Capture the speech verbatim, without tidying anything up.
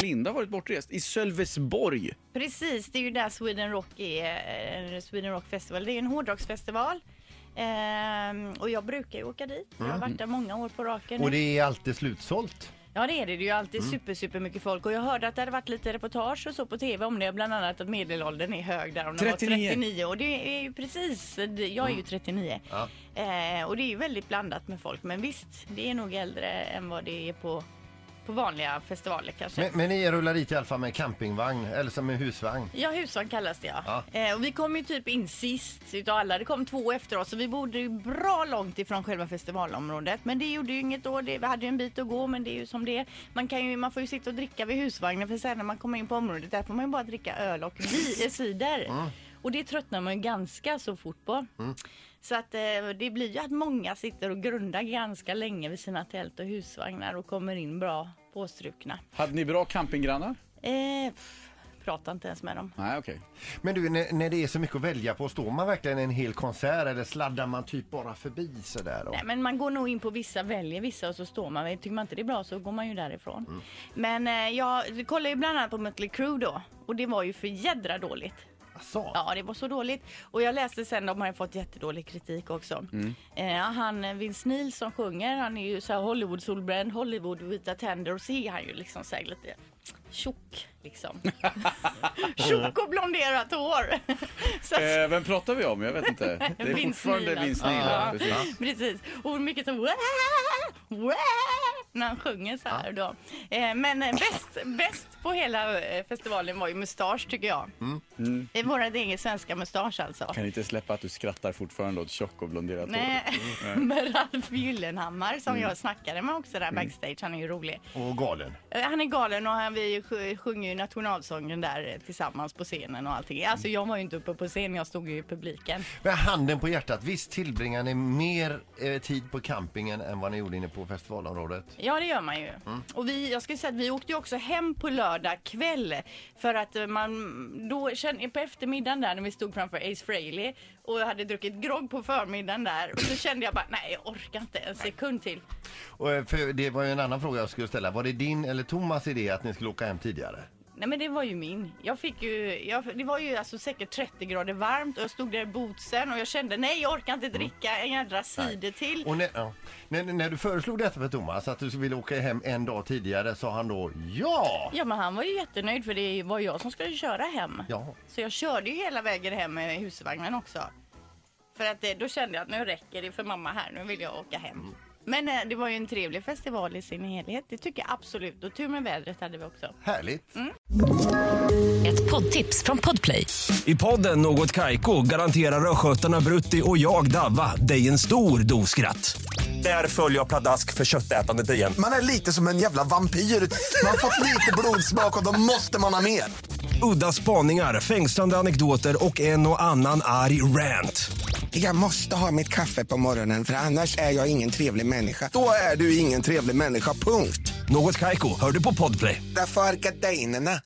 Linda har varit bortrest i Sölvesborg. Precis, det är ju där Sweden Rock är, Sweden Rock Festival. Det är en hårdrocksfestival. Ehm, och jag brukar ju åka dit. Jag har varit där många år på raken. Och det är alltid slutsålt. Ja, det är det. Det är ju alltid mm. super, super mycket folk. Och jag hörde att det hade varit lite reportage och så på tv om det. Bland annat att medelåldern är hög där. Om det trettionio. Var trettionio. Och det är ju precis, jag är ju trettionio. Ja. Eh, och det är ju väldigt blandat med folk. Men visst, det är nog äldre än vad det är på... På vanliga festivaler kanske. Men, men ni rullar dit i alla fall med campingvagn eller som en husvagn? Ja, husvagn kallas det, ja. ja. Eh, och vi kom ju typ in sist utav alla. Det kom två efter oss och vi bodde ju bra långt ifrån själva festivalområdet. Men det gjorde ju inget då. Det, vi hade ju en bit att gå, men det är ju som det är. Man, kan ju, man får ju sitta och dricka vid husvagnen, för sen när man kommer in på området där får man ju bara dricka öl och vi, cider. Mm. Och det tröttnar man ju ganska så fort på. Mm. Så att eh, det blir ju att många sitter och grundar ganska länge vid sina tält och husvagnar och kommer in bra påstrukna. Hade ni bra campinggrannar? Eh, pff, prata inte ens med dem. Nej, okej. Okay. Men du, när, när det är så mycket att välja på, står man verkligen en hel konsert eller sladdar man typ bara förbi sådär? Nej, men man går nog in på vissa, väljer vissa och så står man. Tycker man inte det är bra så går man ju därifrån. Mm. Men eh, jag kollar ju bland annat på Mötley Crüe då. Och det var ju för jädra dåligt. Asså. Ja, det var så dåligt. Och jag läste sen, de har fått jättedålig kritik också. Mm. Eh, han, Vince Neil som sjunger, han är ju så här Hollywood-solbränd, Hollywood-vita tänder och ser han ju liksom så här lite tjock liksom. Tjock och blonderat hår. Så att... eh, vem pratar vi om? Jag vet inte. Det är Vince fortfarande Neil, Vince Neil. ja. Precis. Ja. Precis. Och mycket så när han sjunger så här då. Eh, men bäst, bäst på hela festivalen var ju Mustasch tycker jag. Mm. Mm. Det är våra egen svenska Mustasch alltså. Kan inte släppa att du skrattar fortfarande åt tjock och blonderat hår. Nej, mm. med Ralf Gyllenhammar som mm. jag snackade med också där backstage. Han är ju rolig. Och galen. Han är galen och han, vi sjunger ju nationalsången där tillsammans på scenen och allting. Alltså jag var ju inte uppe på scenen, jag stod ju i publiken. Men handen på hjärtat, visst tillbringar ni mer eh, tid på campingen än vad ni gjorde inne på festivalområdet? Ja, det gör man ju. Mm. Och vi, jag ska säga att vi åkte ju också hem på lördag kväll för att man då kände på eftermiddagen där när vi stod framför Ace Frehley och jag hade druckit grogg på förmiddagen där och så kände jag bara, nej jag orkar inte en sekund till. Och för det var ju en annan fråga jag skulle ställa. Var det din eller Thomas idé att ni skulle åka hem tidigare? Nej, men det var ju min. Jag fick ju, jag, det var ju alltså säkert trettio grader varmt och jag stod där i bootsen och jag kände, nej jag orkar inte dricka en jädra cider till. Och när, ja. när, när du föreslog detta för Thomas att du ville åka hem en dag tidigare sa han då ja. Ja, men han var ju jättenöjd för det var jag som skulle köra hem. Ja. Så jag körde ju hela vägen hem med husvagnen också. För att då kände jag att nu räcker det för mamma här, nu vill jag åka hem. Mm. Men eh, det var ju en trevlig festival i sin helhet. Det tycker jag absolut. Och tur med vädret hade vi också. Härligt. Mm. Ett poddtips från Podplay. I podden Något Kaiko garanterar röskötarna Brutti och jag Davva dig en stor doskratt. Där följer jag pladask för köttätandet igen. Man är lite som en jävla vampyr. Man har fått lite blodsmak och då måste man ha mer. Udda spaningar, fängslande anekdoter och en och annan arg rant. Jag måste ha mitt kaffe på morgonen för annars är jag ingen trevlig människa. Då är du ingen trevlig människa, punkt. Något Kaiko, hör du på Podplay. Därför är gardinerna.